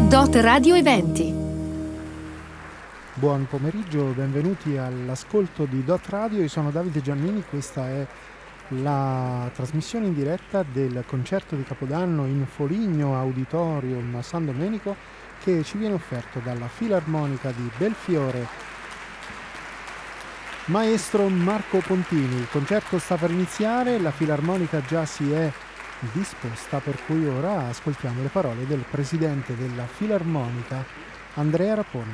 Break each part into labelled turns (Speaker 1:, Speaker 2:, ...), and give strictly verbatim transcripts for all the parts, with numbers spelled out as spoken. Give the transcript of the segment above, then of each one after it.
Speaker 1: Dot Radio Eventi.
Speaker 2: Buon pomeriggio, benvenuti all'ascolto di Dot Radio. Io sono Davide Giannini, questa è la trasmissione in diretta del concerto di Capodanno in Foligno Auditorium a San Domenico, che ci viene offerto dalla Filarmonica di Belfiore. Maestro Marco Pontini, il concerto sta per iniziare, la Filarmonica già si è disposta, per cui ora ascoltiamo le parole del presidente della Filarmonica, Andrea Raponi.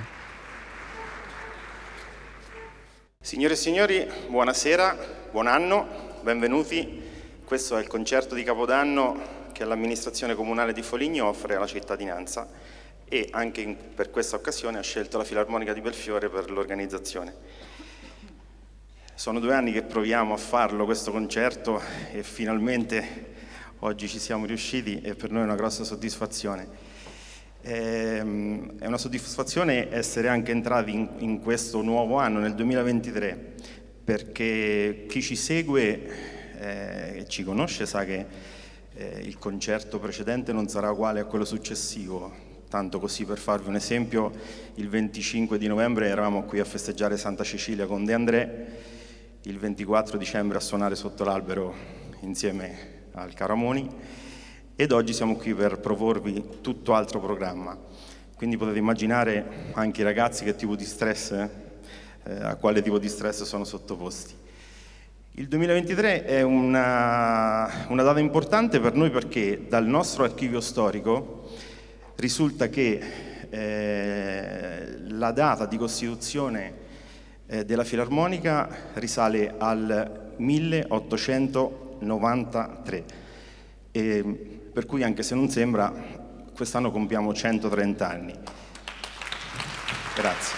Speaker 3: Signore e signori, buonasera, buon anno, benvenuti. Questo è il concerto di Capodanno che l'amministrazione comunale di Foligno offre alla cittadinanza e anche in, per questa occasione ha scelto la Filarmonica di Belfiore per l'organizzazione. Sono due anni che proviamo a farlo questo concerto e finalmente oggi ci siamo riusciti e per noi è una grossa soddisfazione. È una soddisfazione essere anche entrati in, in questo nuovo anno, nel duemilaventitré, perché chi ci segue e eh, ci conosce sa che eh, il concerto precedente non sarà uguale a quello successivo. Tanto così per farvi un esempio, il venticinque di novembre eravamo qui a festeggiare Santa Cecilia con De André, il ventiquattro dicembre a suonare sotto l'albero insieme al Caramoni ed oggi siamo qui per proporvi tutto altro programma. Quindi potete immaginare anche i ragazzi che tipo di stress, eh, a quale tipo di stress sono sottoposti. Il duemilaventitré è una, una data importante per noi perché dal nostro archivio storico risulta che eh, la data di costituzione eh, della Filarmonica risale al milleottocentonovantatré, e per cui anche se non sembra, quest'anno compiamo centotrenta anni. Grazie.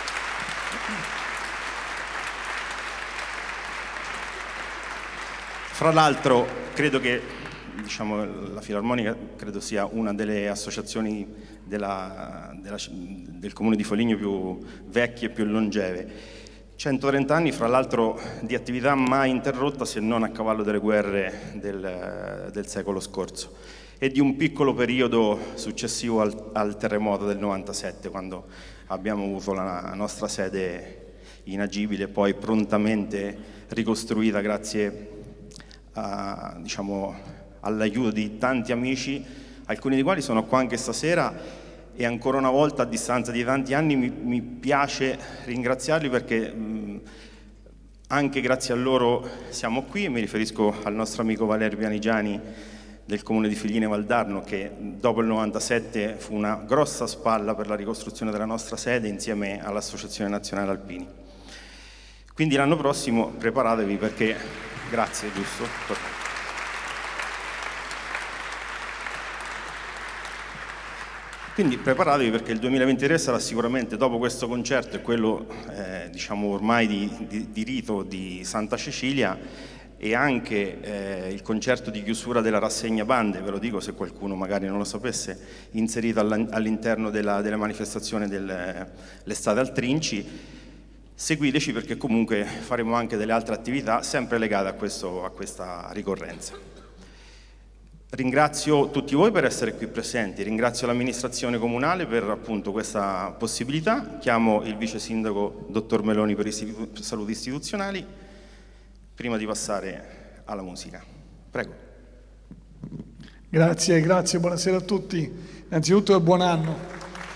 Speaker 3: Fra l'altro, credo che diciamo, la Filarmonica credo sia una delle associazioni della, della, del Comune di Foligno più vecchie e più longeve. centotrenta anni, fra l'altro, di attività mai interrotta se non a cavallo delle guerre del, del secolo scorso e di un piccolo periodo successivo al, al terremoto del novantasette, quando abbiamo avuto la nostra sede inagibile, poi prontamente ricostruita grazie a, diciamo, all'aiuto di tanti amici, alcuni dei quali sono qua anche stasera. E ancora una volta, a distanza di tanti anni, mi, mi piace ringraziarli perché mh, anche grazie a loro siamo qui. Mi riferisco al nostro amico Valerio Pianigiani del Comune di Figline Valdarno, che dopo il novantasette fu una grossa spalla per la ricostruzione della nostra sede insieme all'Associazione Nazionale Alpini. Quindi l'anno prossimo preparatevi perché... Grazie, giusto? Quindi preparatevi perché il duemilaventitré sarà sicuramente, dopo questo concerto e quello eh, diciamo ormai di, di, di rito di Santa Cecilia, e anche eh, il concerto di chiusura della rassegna bande, ve lo dico se qualcuno magari non lo sapesse, inserito all'interno della, della manifestazione dell'estate al Trinci. Seguiteci perché comunque faremo anche delle altre attività sempre legate a, questo, a questa ricorrenza. Ringrazio tutti voi per essere qui presenti, ringrazio l'amministrazione comunale per appunto questa possibilità. Chiamo il vice sindaco dottor Meloni per i saluti istituzionali, prima di passare alla musica. Prego.
Speaker 4: Grazie, grazie, buonasera a tutti. Innanzitutto buon anno.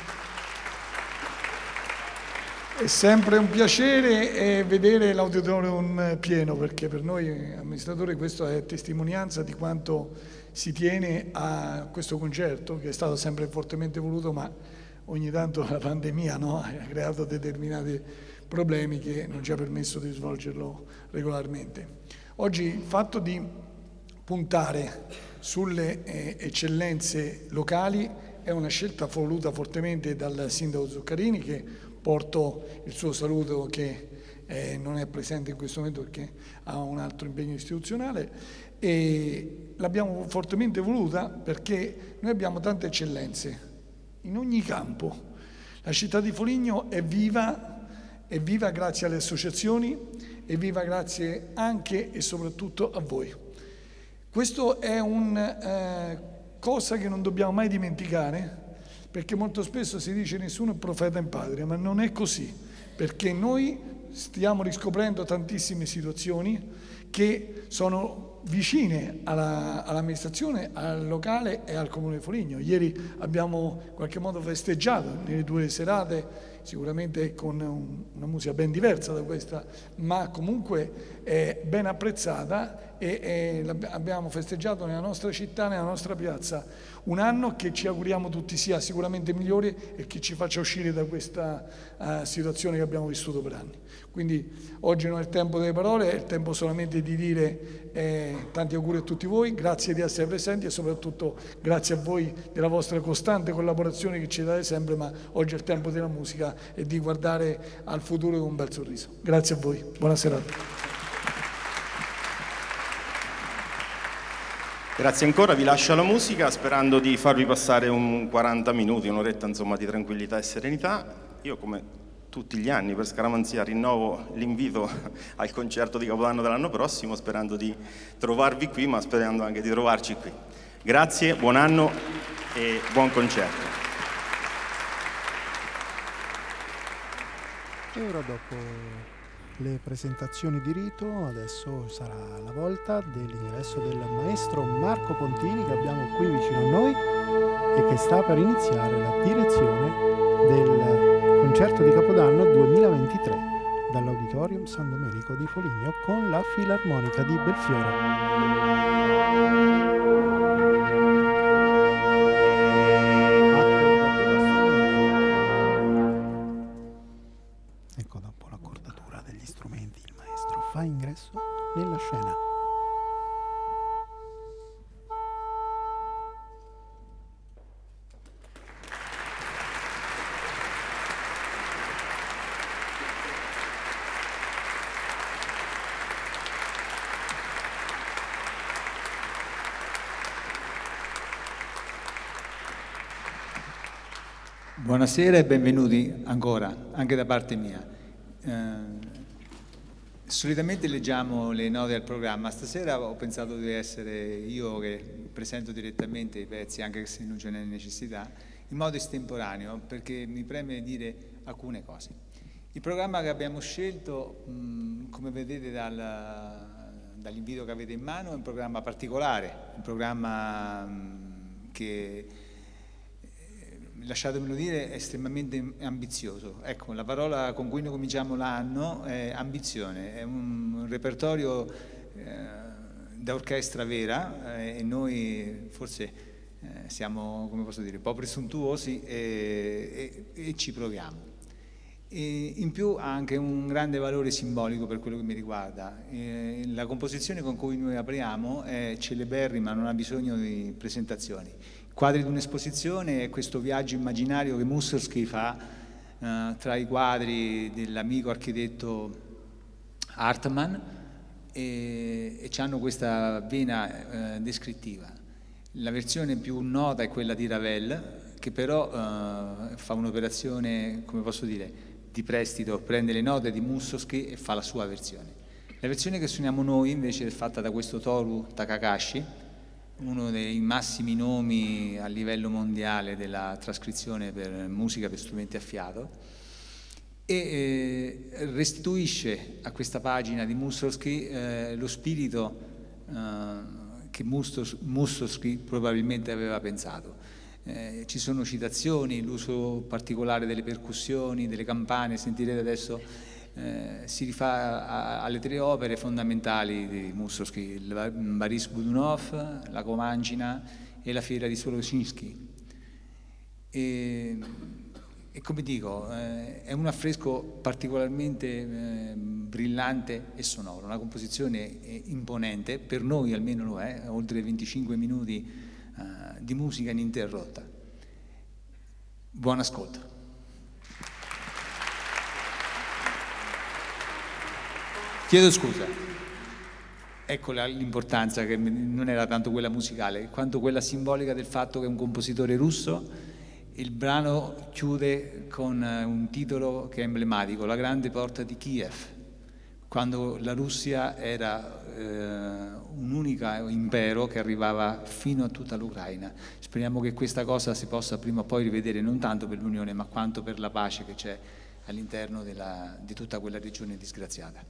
Speaker 4: È sempre un piacere vedere l'auditorium pieno, perché per noi amministratori questo è testimonianza di quanto si tiene a questo concerto, che è stato sempre fortemente voluto, ma ogni tanto la pandemia, no, ha creato determinati problemi che non ci ha permesso di svolgerlo regolarmente. Oggi il fatto di puntare sulle eh, eccellenze locali è una scelta voluta fortemente dal sindaco Zuccarini, che porto il suo saluto, che eh, non è presente in questo momento perché ha un altro impegno istituzionale, e l'abbiamo fortemente voluta perché noi abbiamo tante eccellenze in ogni campo. La città di Foligno è viva, è viva grazie alle associazioni, è viva grazie anche e soprattutto a voi. Questo è una eh, cosa che non dobbiamo mai dimenticare, perché molto spesso si dice nessuno è profeta in patria, ma non è così, perché noi stiamo riscoprendo tantissime situazioni che sono vicine alla, all'amministrazione, al locale e al Comune di Foligno. Ieri abbiamo in qualche modo festeggiato nelle due serate, sicuramente con un, una musica ben diversa da questa, ma comunque è ben apprezzata, e, e abbiamo festeggiato nella nostra città, nella nostra piazza, un anno che ci auguriamo tutti sia sicuramente migliore e che ci faccia uscire da questa uh, situazione che abbiamo vissuto per anni. Quindi oggi non è il tempo delle parole, è il tempo solamente di dire eh, tanti auguri a tutti voi, grazie di essere presenti e soprattutto grazie a voi della vostra costante collaborazione che ci date sempre, ma oggi è il tempo della musica e di guardare al futuro con un bel sorriso. Grazie a voi, buona serata.
Speaker 3: Grazie ancora, vi lascio alla musica sperando di farvi passare un quaranta minuti, un'oretta insomma di tranquillità e serenità. Io come tutti gli anni per Scaramanzia rinnovo l'invito al concerto di Capodanno dell'anno prossimo, sperando di trovarvi qui, ma sperando anche di trovarci qui. Grazie, buon anno e buon concerto.
Speaker 2: E ora, dopo le presentazioni di rito, adesso sarà la volta dell'ingresso del maestro Marco Pontini, che abbiamo qui vicino a noi e che sta per iniziare la direzione del concerto di Capodanno duemilaventitré dall'Auditorium San Domenico di Foligno con la Filarmonica di Belfiore. Fa ingresso nella scena.
Speaker 1: Buonasera e benvenuti ancora, anche da parte mia. Eh, Solitamente leggiamo le note al programma, stasera ho pensato di essere io che presento direttamente i pezzi, anche se non ce n'è necessità, in modo estemporaneo, perché mi preme dire alcune cose. Il programma che abbiamo scelto, mh, come vedete dal, dall'invito che avete in mano, è un programma particolare, un programma mh, che, lasciatemelo dire, è estremamente ambizioso. Ecco, la parola con cui noi cominciamo l'anno è ambizione, è un repertorio eh, da orchestra vera eh, e noi forse eh, siamo, come posso dire, un po' presuntuosi e, e, e ci proviamo. E in più ha anche un grande valore simbolico per quello che mi riguarda. Eh, la composizione con cui noi apriamo è celeberrima, non ha bisogno di presentazioni. Quadri di un'esposizione è questo viaggio immaginario che Mussorgsky fa eh, tra i quadri dell'amico architetto Hartmann e, e hanno questa vena eh, descrittiva. La versione più nota è quella di Ravel, che però eh, fa un'operazione, come posso dire, di prestito, prende le note di Mussorgsky e fa la sua versione. La versione che suoniamo noi invece è fatta da questo Toru Takahashi, uno dei massimi nomi a livello mondiale della trascrizione per musica per strumenti a fiato, e eh, restituisce a questa pagina di Mussorgsky eh, lo spirito eh, che Mussorgsky probabilmente aveva pensato. Eh, ci sono citazioni, l'uso particolare delle percussioni, delle campane, sentirete adesso. Eh, si rifà a, alle tre opere fondamentali di Mussorgsky, il Boris Godunov, la Comancina e la Fiera di Solorzynski. E, e come dico, eh, è un affresco particolarmente eh, brillante e sonoro, una composizione eh, imponente, per noi almeno lo è, oltre venticinque minuti eh, di musica ininterrotta. Buon ascolto. Chiedo scusa, ecco l'importanza, che non era tanto quella musicale quanto quella simbolica del fatto che è un compositore russo. Il brano chiude con un titolo che è emblematico, La grande porta di Kiev. quando la Russia era eh, un unico impero che arrivava fino a tutta l'Ucraina. Speriamo che questa cosa si possa prima o poi rivedere, non tanto per l'Unione, ma quanto per la pace che c'è all'interno della, di tutta quella regione disgraziata.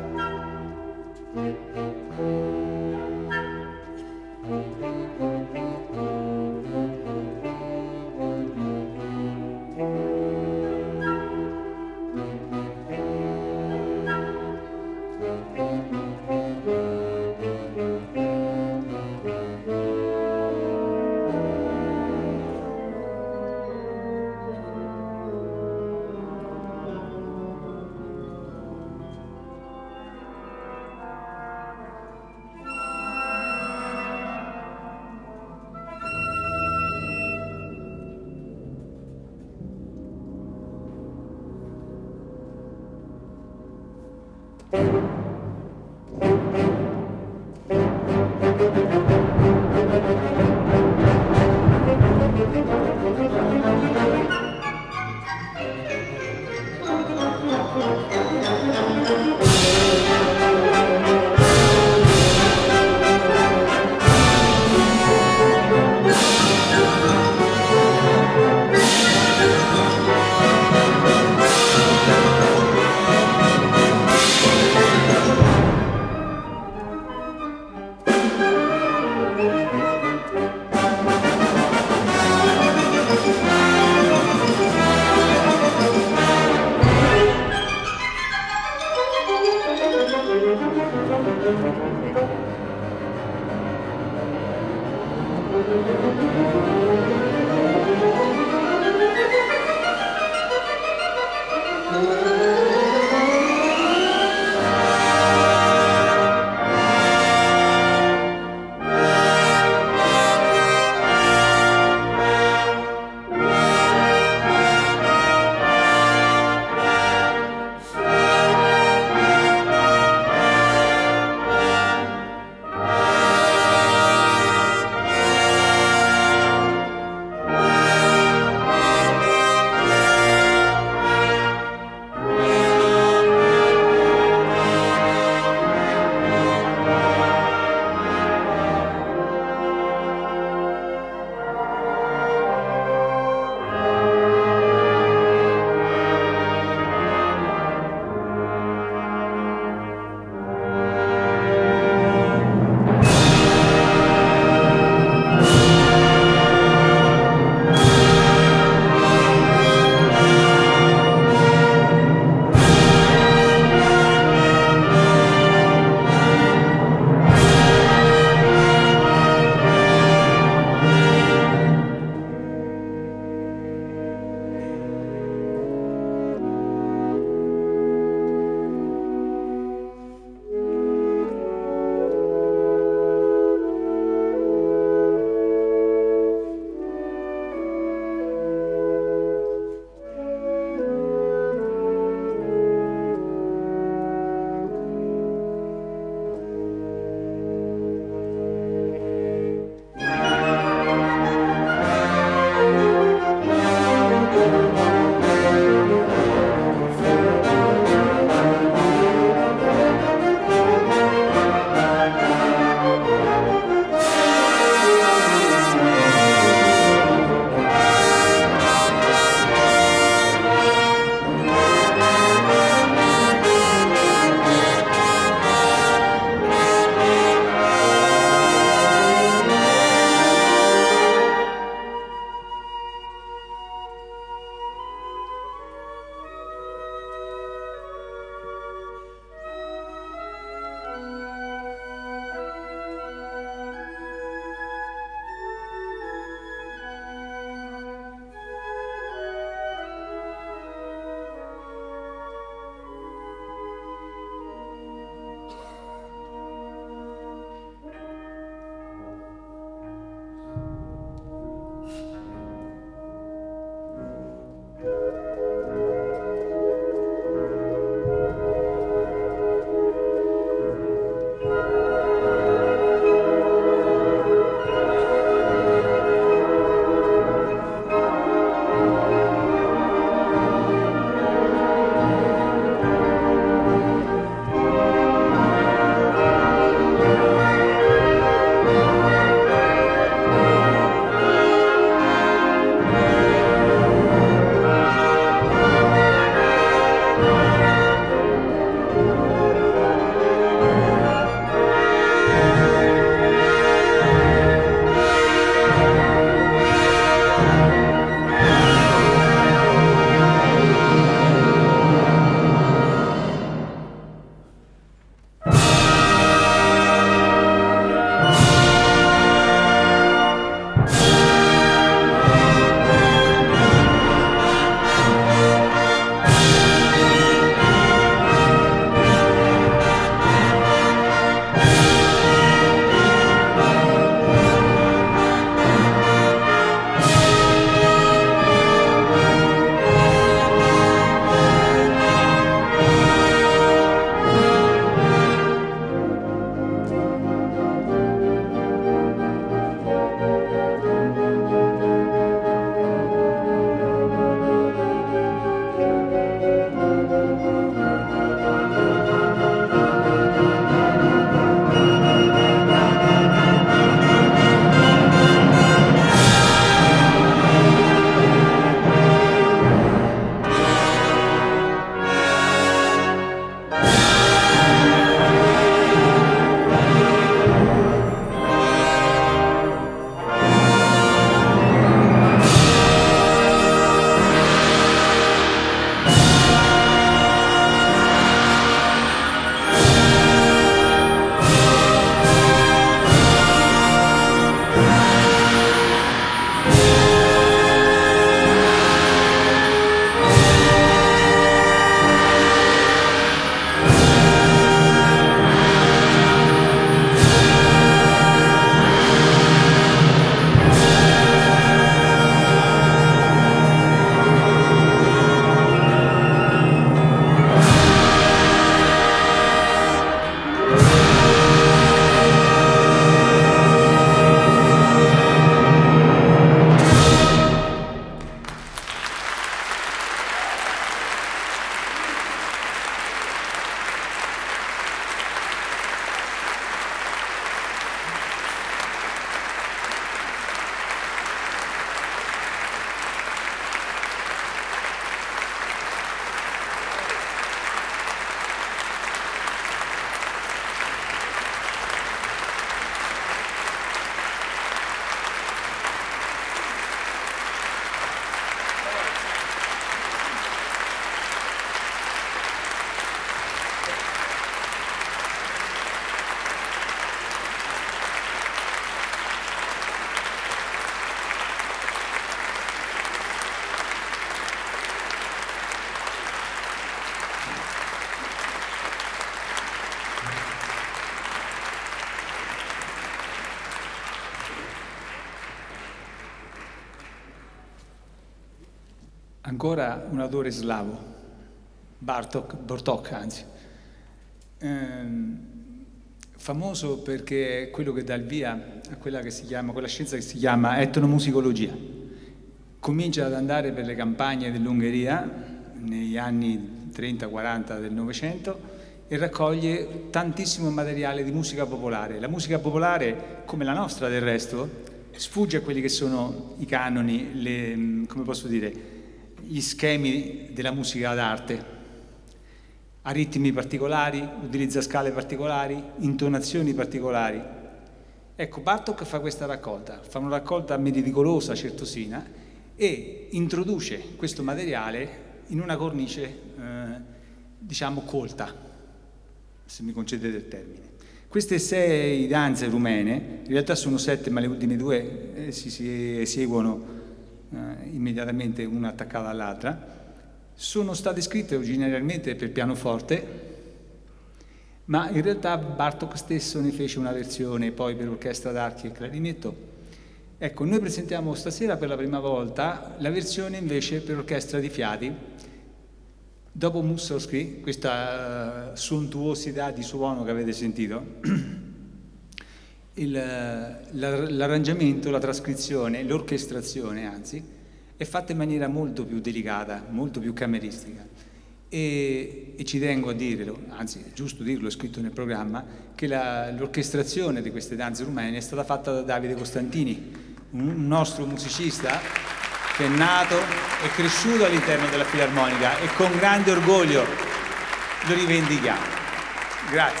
Speaker 1: Ancora un autore slavo, Bartok, Bartók anzi, ehm, famoso perché è quello che dà il via a quella che si chiama, quella scienza che si chiama etnomusicologia. Comincia ad andare per le campagne dell'Ungheria negli anni trenta quaranta del Novecento e raccoglie tantissimo materiale di musica popolare. La musica popolare, come la nostra del resto, sfugge a quelli che sono i canoni, le, come posso dire, gli schemi della musica d'arte. Ha ritmi particolari, utilizza scale particolari, intonazioni particolari. Ecco, Bartók fa questa raccolta, fa una raccolta meticolosa, certosina, e introduce questo materiale in una cornice, eh, diciamo, colta, se mi concedete il termine. Queste sei danze rumene, in realtà sono sette, ma le ultime due eh, si, si eseguono eh, immediatamente una attaccata all'altra, sono state scritte originariamente per pianoforte, ma in realtà Bartók stesso ne fece una versione poi per orchestra d'archi e clarinetto. Ecco, noi presentiamo stasera per la prima volta la versione invece per orchestra di fiati. Dopo Mussorgsky, questa sontuosità di suono che avete sentito, il, l'arrangiamento, la trascrizione, l'orchestrazione anzi, è fatta in maniera molto più delicata, molto più cameristica. E, e ci tengo a dirlo, anzi è giusto dirlo, è scritto nel programma, che la, l'orchestrazione di queste danze rumene è stata fatta da Davide Costantini, un, un nostro musicista che è nato e cresciuto all'interno della Filarmonica e con grande orgoglio lo rivendichiamo. Grazie.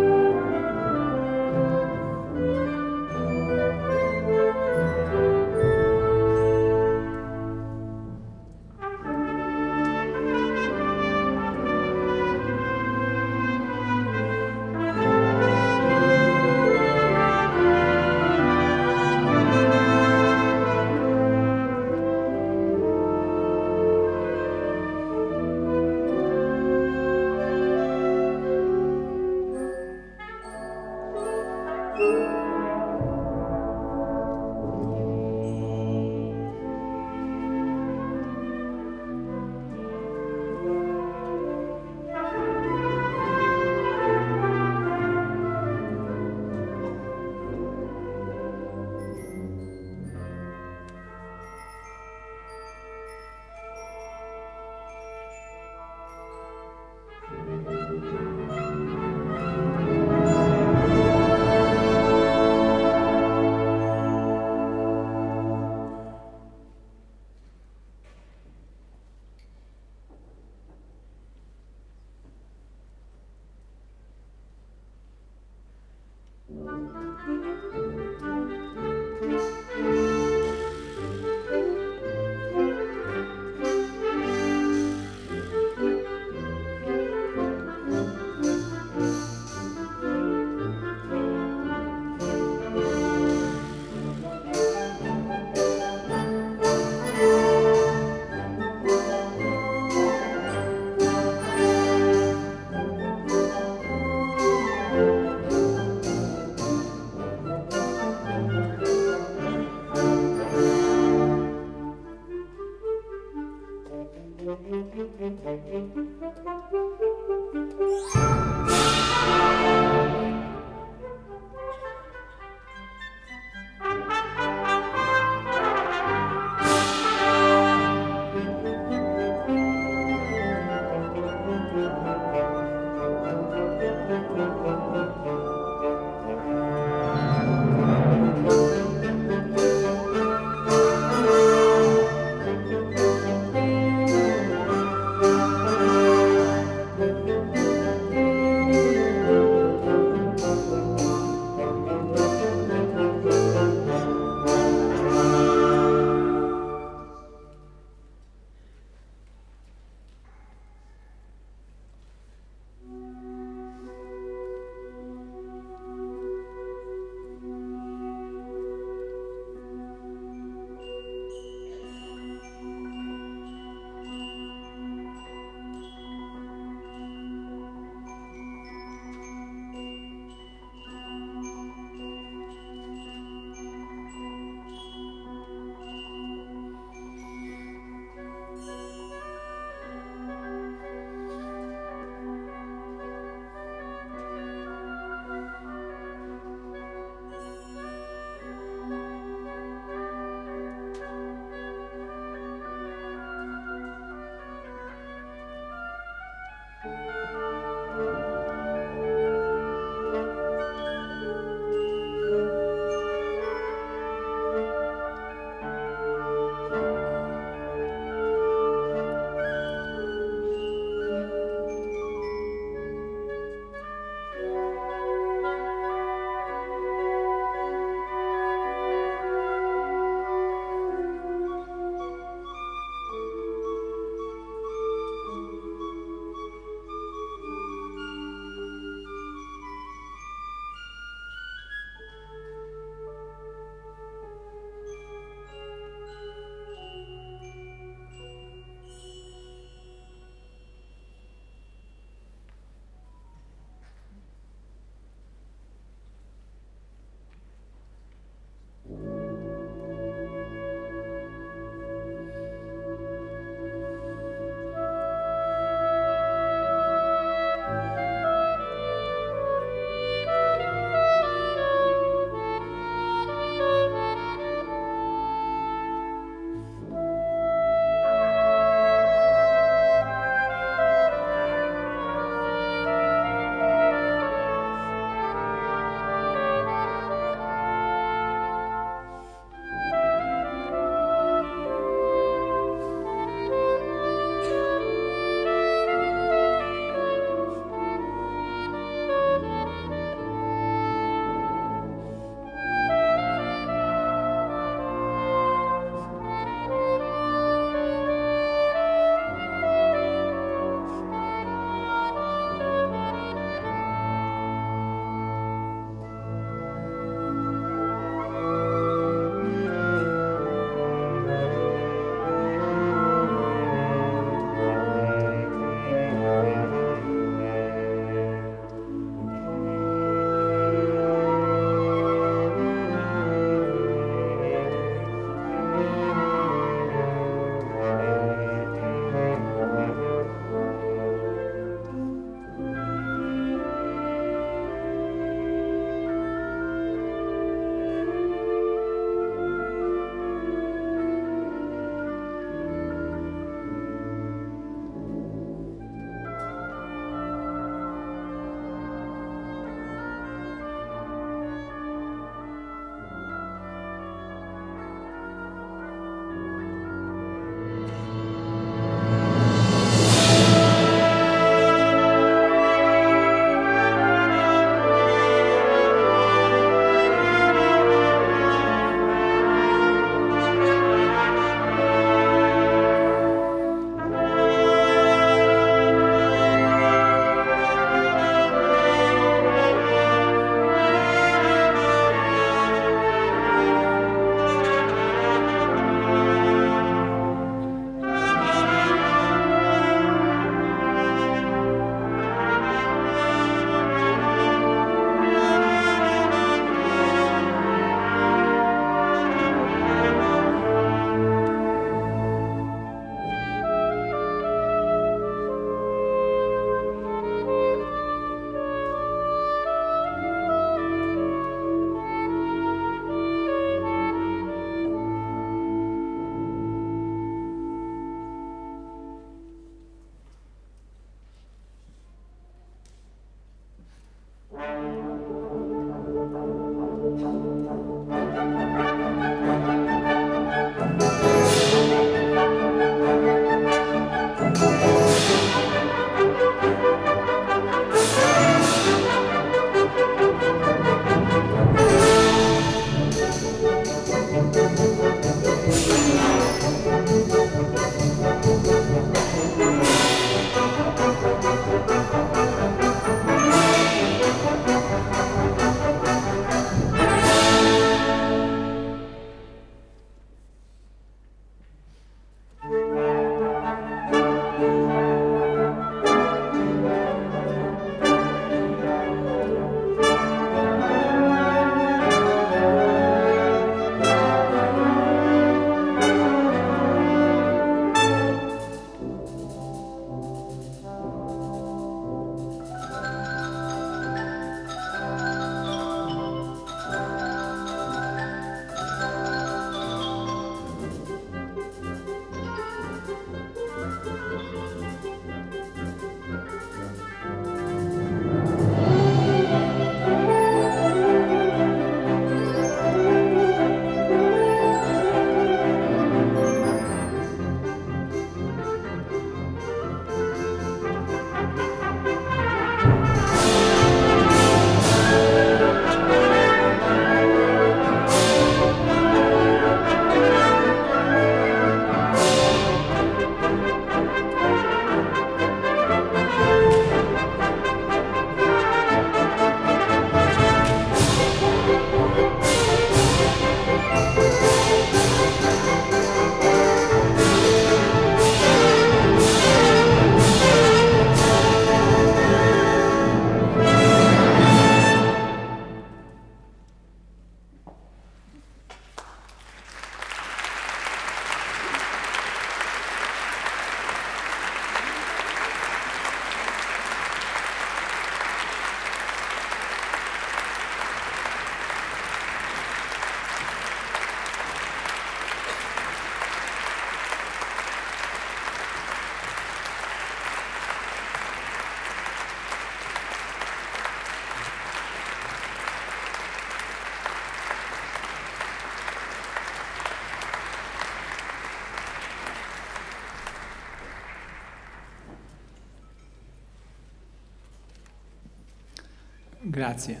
Speaker 1: Grazie.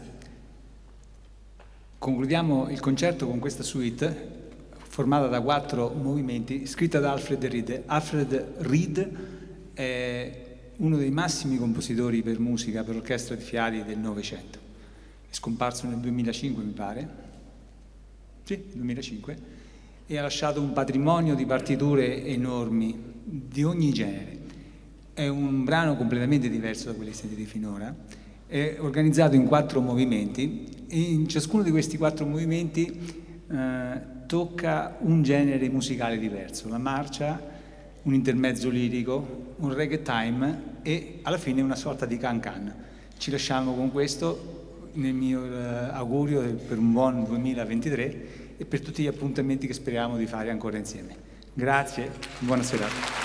Speaker 1: Concludiamo il concerto con questa suite formata da quattro movimenti, scritta da Alfred Reed. Alfred Reed è uno dei massimi compositori per musica, per orchestra di fiati del Novecento. È scomparso nel duemilacinque, mi pare. Sì, duemilacinque. E ha lasciato un patrimonio di partiture enormi, di ogni genere. È un brano completamente diverso da quelli sentiti finora. È organizzato in quattro movimenti e in ciascuno di questi quattro movimenti eh, tocca un genere musicale diverso, la marcia, un intermezzo lirico, un ragtime e alla fine una sorta di can-can. Ci lasciamo con questo nel mio eh, augurio per un buon duemilaventitré e per tutti gli appuntamenti che speriamo di fare ancora insieme. Grazie, buona serata.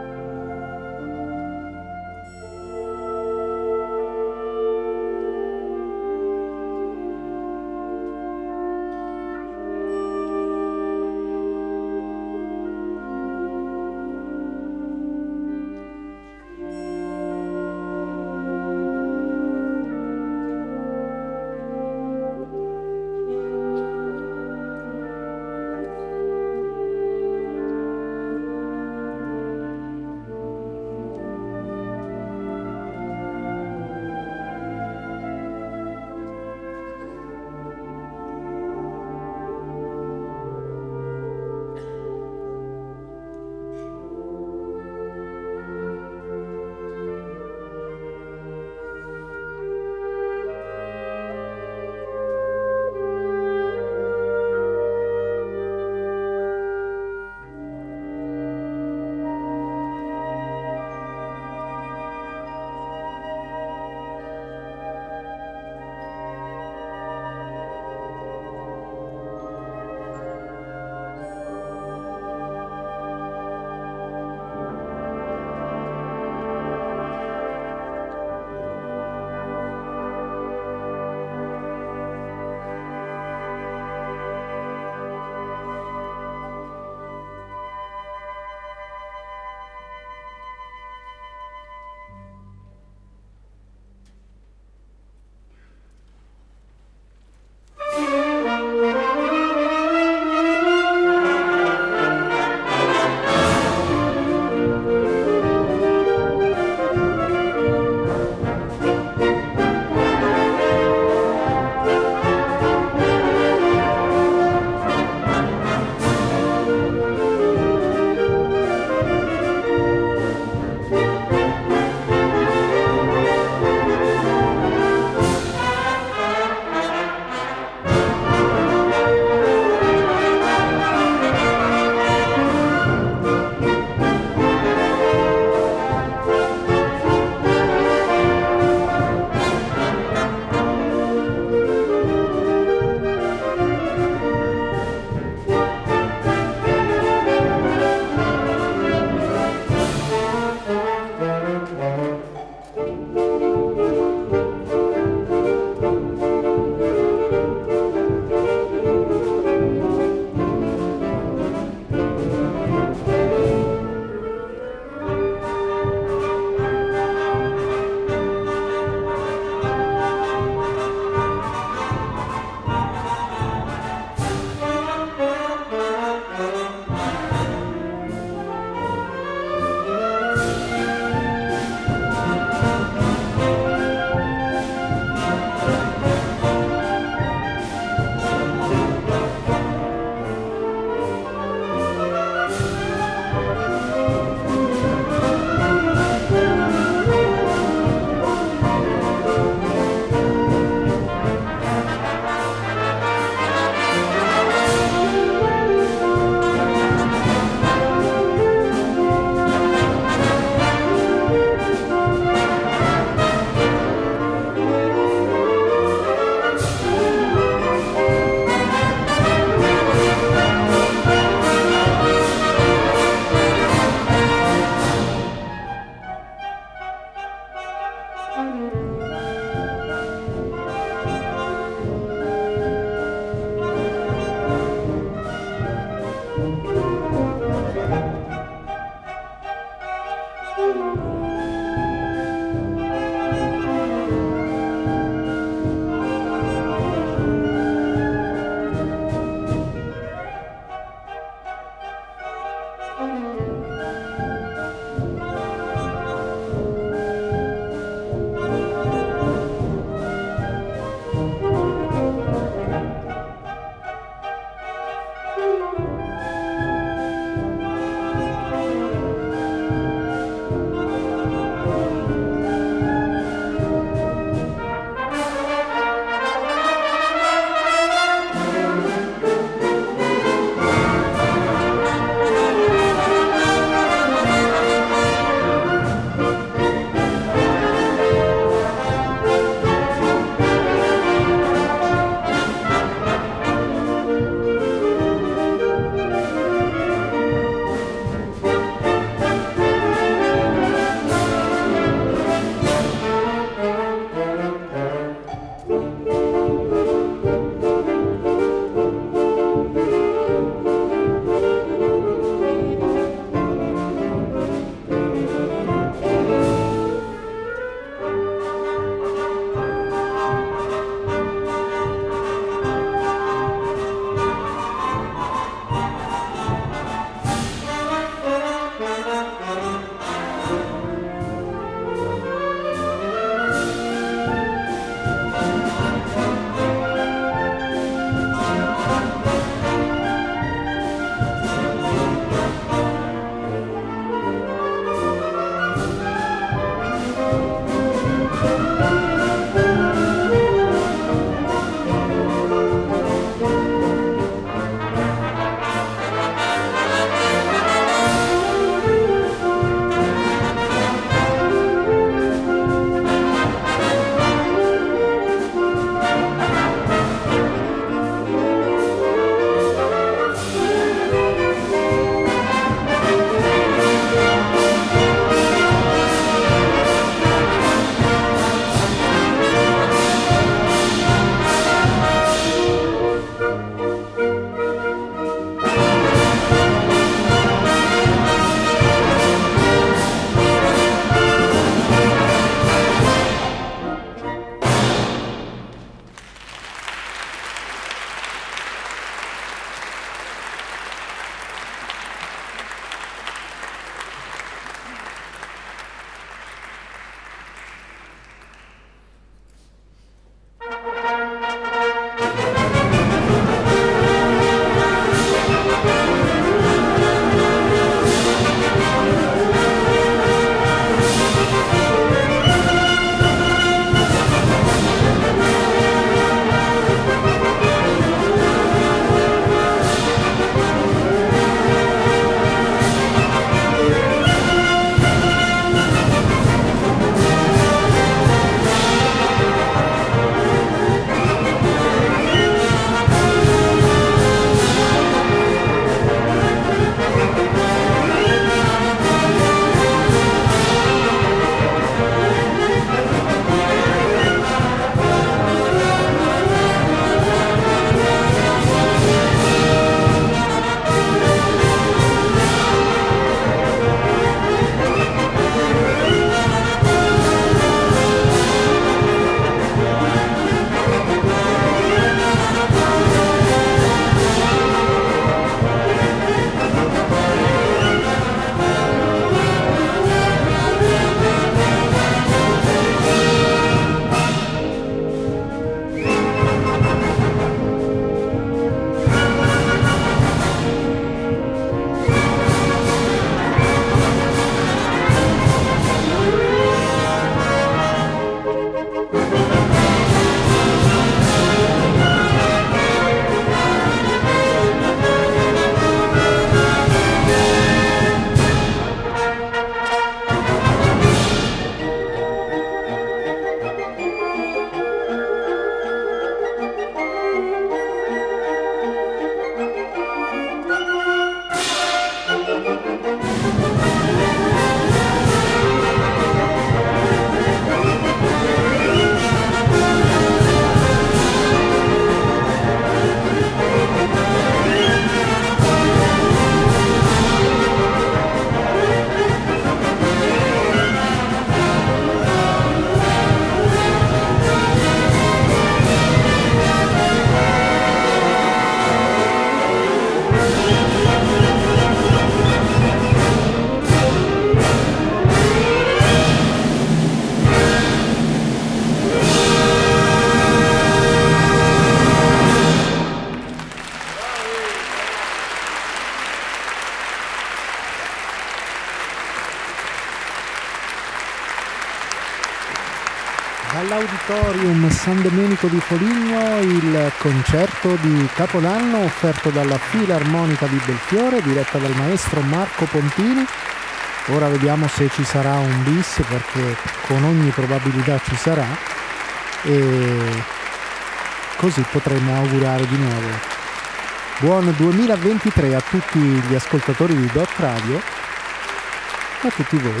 Speaker 2: Dall'Auditorium San Domenico di Foligno il concerto di Capodanno offerto dalla Filarmonica di Belfiore, diretta dal maestro Marco Pontini. Ora vediamo se ci sarà un bis, perché con ogni probabilità ci sarà, e così potremo augurare di nuovo buon duemilaventitré a tutti gli ascoltatori di Dot Radio e a tutti voi.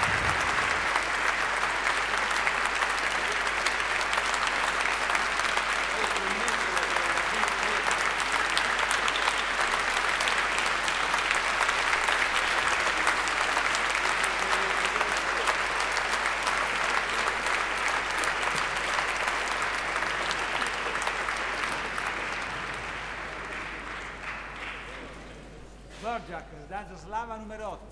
Speaker 1: Dvorak, danza slava numero otto.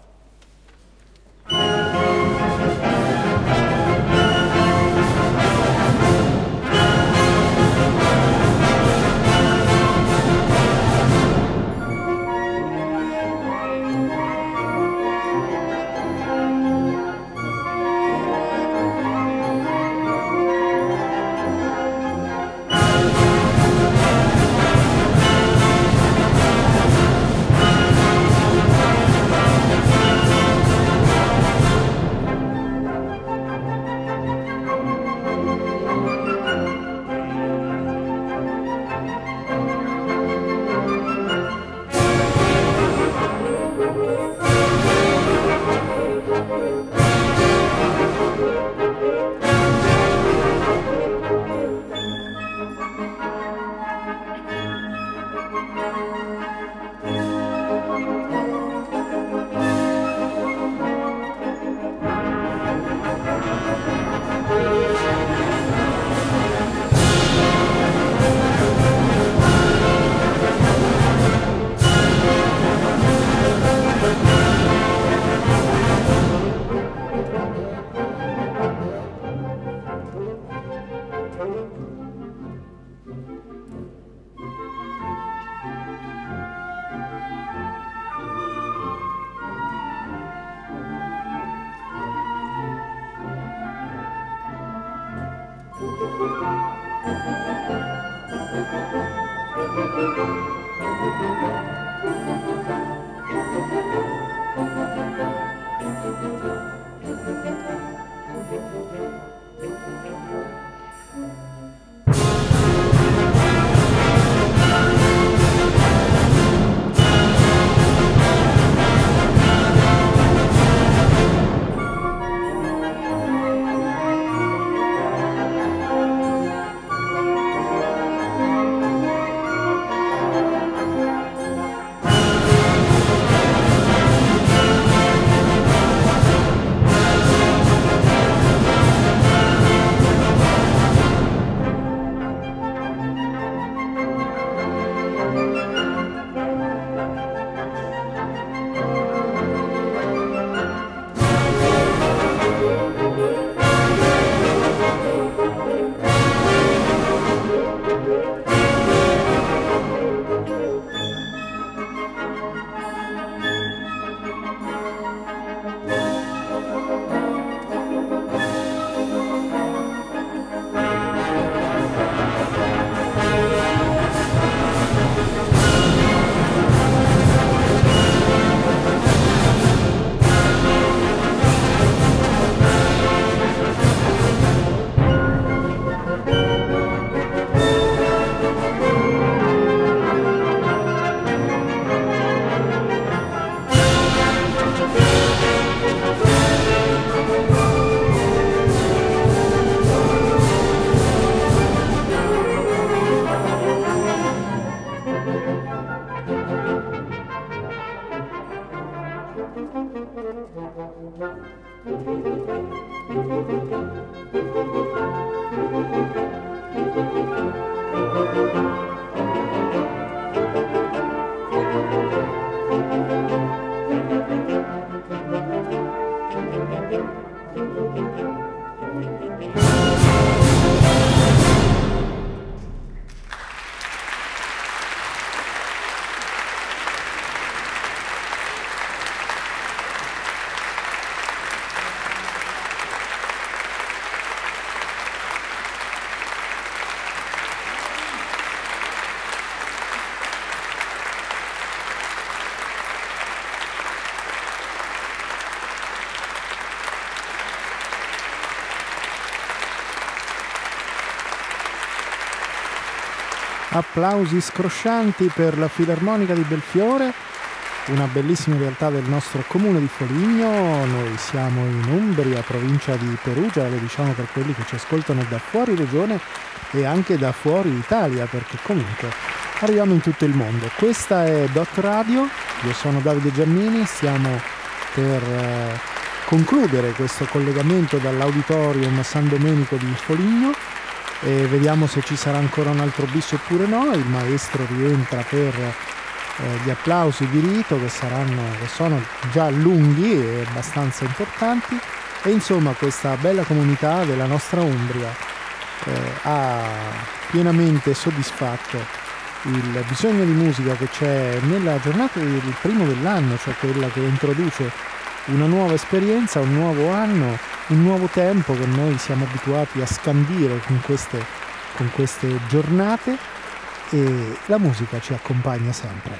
Speaker 2: applausi scroscianti per la Filarmonica di Belfiore, una bellissima realtà del nostro comune di Foligno. Noi siamo in Umbria, provincia di Perugia, lo diciamo per quelli che ci ascoltano da fuori regione e anche da fuori Italia, perché comunque arriviamo in tutto il mondo. Questa è Dot Radio, io sono Davide Giannini, stiamo per eh, concludere questo collegamento dall'Auditorium San Domenico di Foligno e vediamo se ci sarà ancora un altro bis oppure no. Il maestro rientra per eh, gli applausi di rito che saranno, che sono già lunghi e abbastanza importanti, e insomma questa bella comunità della nostra Umbria eh, ha pienamente soddisfatto il bisogno di musica che c'è nella giornata del primo dell'anno, cioè quella che introduce una nuova esperienza, un nuovo anno, un nuovo tempo che noi siamo abituati a scandire con queste, con queste giornate, e la musica ci accompagna sempre.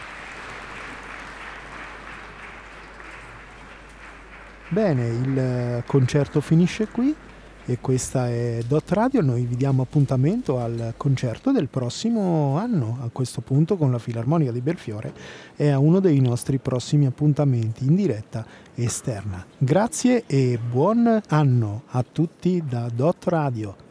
Speaker 2: Bene, il concerto finisce qui e questa è Dot Radio. Noi vi diamo appuntamento al concerto del prossimo anno, a questo punto con la Filarmonica di Belfiore, e a uno dei nostri prossimi appuntamenti in diretta esterna. Grazie e buon anno a tutti da Dot Radio.